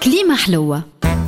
كليمة حلوة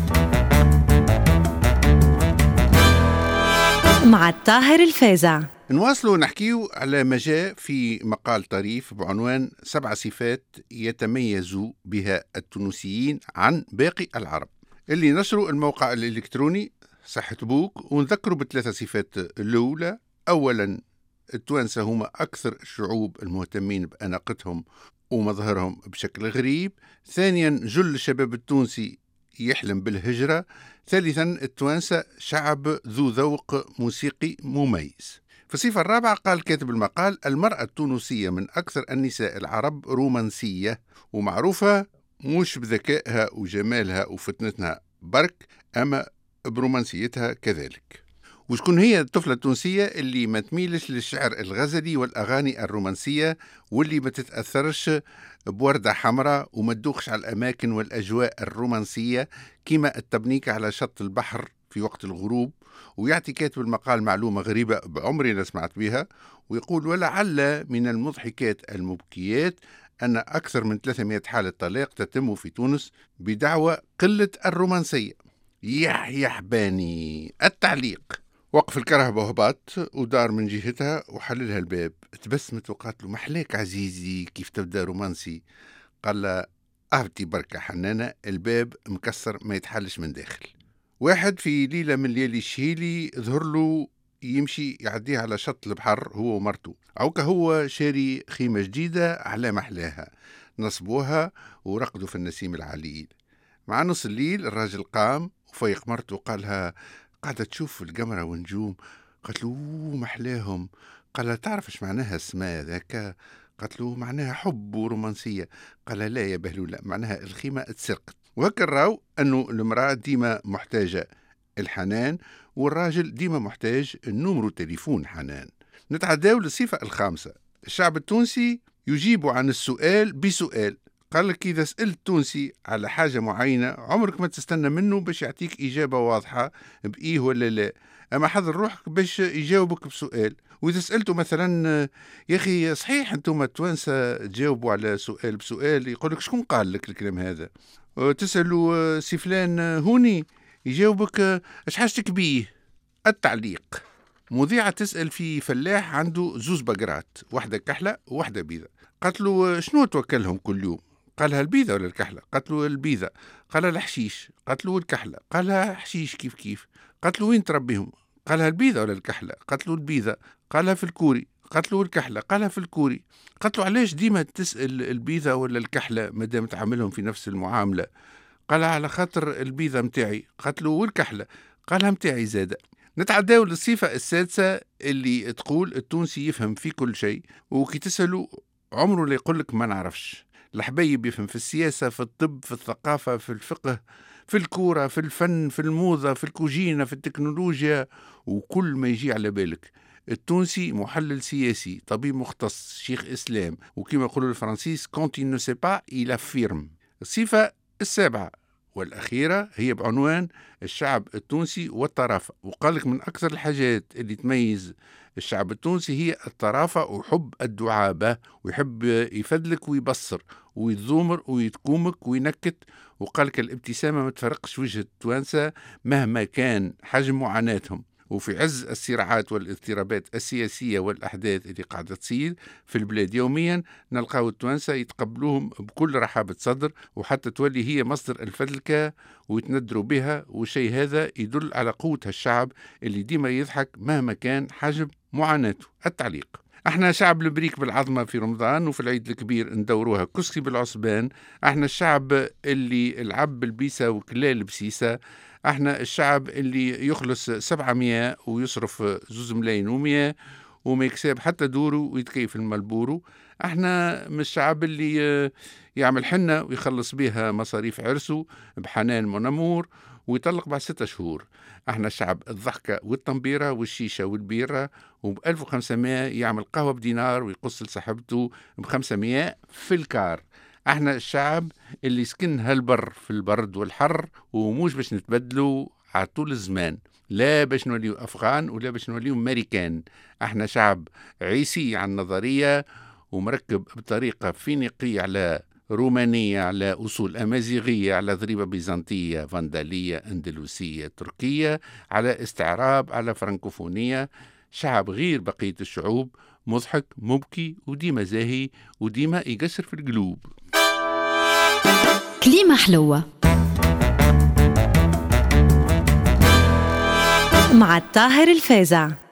مع الطاهر الفازع. نواصلوا نحكيو على ما جاء في مقال طريف بعنوان 7 صفات يتميز بها التونسيين عن باقي العرب، اللي نشروا الموقع الإلكتروني صحة بوك. ونذكروا ب3 صفات الأولى: أولا، التوانسة هما أكثر الشعوب المهتمين بأناقتهم ومظهرهم بشكل غريب. ثانيا، جل الشباب التونسي يحلم بالهجرة. ثالثا، التوانسة شعب ذو ذوق موسيقي مميز. في الصفة الرابعة قال كاتب المقال: المرأة التونسية من أكثر النساء العرب رومانسية، ومعروفة مش بذكائها وجمالها وفتنتها برك، أما برومانسيتها كذلك. وشكون هي الطفلة التونسية اللي ما تميلش للشعر الغزلي والأغاني الرومانسية، واللي ما تتأثرش بوردة حمراء وما تدوخش على الأماكن والأجواء الرومانسية كما التبنيك على شط البحر في وقت الغروب؟ ويعطي كاتب المقال معلومة غريبة بعمري لا سمعت بها، ويقول: ولعل من المضحكات المبكيات أن أكثر من 300 حالة طلاق تتم في تونس بدعوى قلة الرومانسية. يح باني التعليق. وقف الكرهبة وهبط ودار من جهتها وحللها الباب. تبسمت وقالت له: محلاك عزيزي كيف تبدأ رومانسي؟ قال لها: أهبتي بركة حنانة، الباب مكسر ما يتحلش من داخل. واحد في ليلة من ليالي الشهيلي ظهر له يمشي يعديه على شط البحر هو ومرته. عوكا هو شاري خيمة جديدة على محلاها، نصبوها ورقدوا في النسيم العليل. مع نص الليل الراجل قام وفيق مرته وقالها: قاعدة تشوف القمرة والنجوم؟ قالت له: محلاهم. قال: تعرف ايش معناها السماء ذاك؟ قالت له: معناها حب ورومانسية. قال: لا يا بهلولة، معناها الخيمة اتسرقت. وهكا نراو أنه المرأة ديما محتاجة الحنان، والراجل ديما محتاج النمرو تليفون حنان. نتعداو للصفة الخامسة: الشعب التونسي يجيب عن السؤال بسؤال. قال لك: إذا سألت تونسي على حاجة معينة عمرك ما تستنى منه باش يعطيك إجابة واضحة بإيه ولا لا، أما حضر روحك باش يجاوبك بسؤال. وإذا سألته مثلا: يا أخي صحيح أنتم التوانسة تجاوبوا على سؤال بسؤال، يقولك: شكون قال لك الكلام هذا؟ تسألوا سي فلان هوني، يجاوبك: اش حاجتك بيه؟ التعليق. مذيعة تسأل في فلاح عنده 2 بقرات، واحدة كحلة وواحدة بيضة. قالت له: شنو توكلهم كل يوم؟ قالها: البيضة ولا الكحلة؟ قالت له: البيضة. قالها: الحشيش؟ قالت له: الكحلة. قالها: حشيش كيف كيف. قالت له: وين تربيهم؟ قالها: البيضة ولا الكحلة؟ قالت له: البيضة. قالها: في الكوري. قالت له: الكحلة. قالها: في الكوري. قالت له: علاش ديما تسأل البيضة ولا الكحلة مادام تعاملهم في نفس المعاملة؟ قالها: على خاطر البيضة متاعي. قالت له: والكحلة؟ قالها: متاعي زادة. نتعداو للصفة السادسة اللي تقول: التونسي يفهم في كل شيء، وكي تسأله عمره لا يقولك ما نعرفش. الحبيب يفهم في السياسة، في الطب، في الثقافة، في الفقه، في الكورة، في الفن، في الموضة، في الكوجينة، في التكنولوجيا، وكل ما يجي على بالك. التونسي محلل سياسي، طبيب مختص، شيخ إسلام، وكما يقولوا الفرنسيس: quand il ne sait pas il affirme. الصفة السابعة والأخيرة هي بعنوان الشعب التونسي والطرافة. وقالك من أكثر الحاجات اللي تميز الشعب التونسي هي الطرافة وحب الدعابة، ويحب يفدلك ويبصر ويتذومر ويتكومك وينكت. وقالك الابتسامة ما تفرقش وجه التوانسة مهما كان حجم معاناتهم. وفي عز الصراعات والاضطرابات السياسية والأحداث اللي قاعدة تصير في البلاد يوميا، نلقاو التوانسة يتقبلوهم بكل رحابة صدر، وحتى تولي هي مصدر الفدلكة ويتندروا بها. والشيء هذا يدل على قوة الشعب اللي ديما يضحك مهما كان حجم معاناته. التعليق. احنا شعب البريك بالعظمة في رمضان، وفي العيد الكبير ندوروها كسكي بالعصبان. احنا الشعب اللي العب بالبيسة وكلال بسيسة. احنا الشعب اللي يخلص 700 ويصرف 2 ملايين و100 وما يكسب حتى دوره ويتكيف الملبورو. احنا من الشعب اللي يعمل حنة ويخلص بها مصاريف عرسه بحنان منامور ويطلق بعد 6 شهور. احنا الشعب الضحكة والطنبيرة والشيشة والبيرة، وب1500 يعمل قهوة بدينار ويقص لصاحبته ب500 في الكار. احنا الشعب اللي سكن هالبر في البرد والحر، وموش باش نتبدلوا على طول الزمان، لا باش نوليو أفغان ولا باش نوليو أمريكان. احنا شعب عيسي عن نظرية ومركب بطريقة فينيقية على رومانية على أصول أمازيغية، على ضريبة بيزنطية فاندالية أندلسية تركية، على استعراب، على فرنكوفونية. شعب غير بقية الشعوب، مضحك مبكي وديما زاهي وديما يقشر في القلوب. كليمة حلوة مع الطاهر الفازع.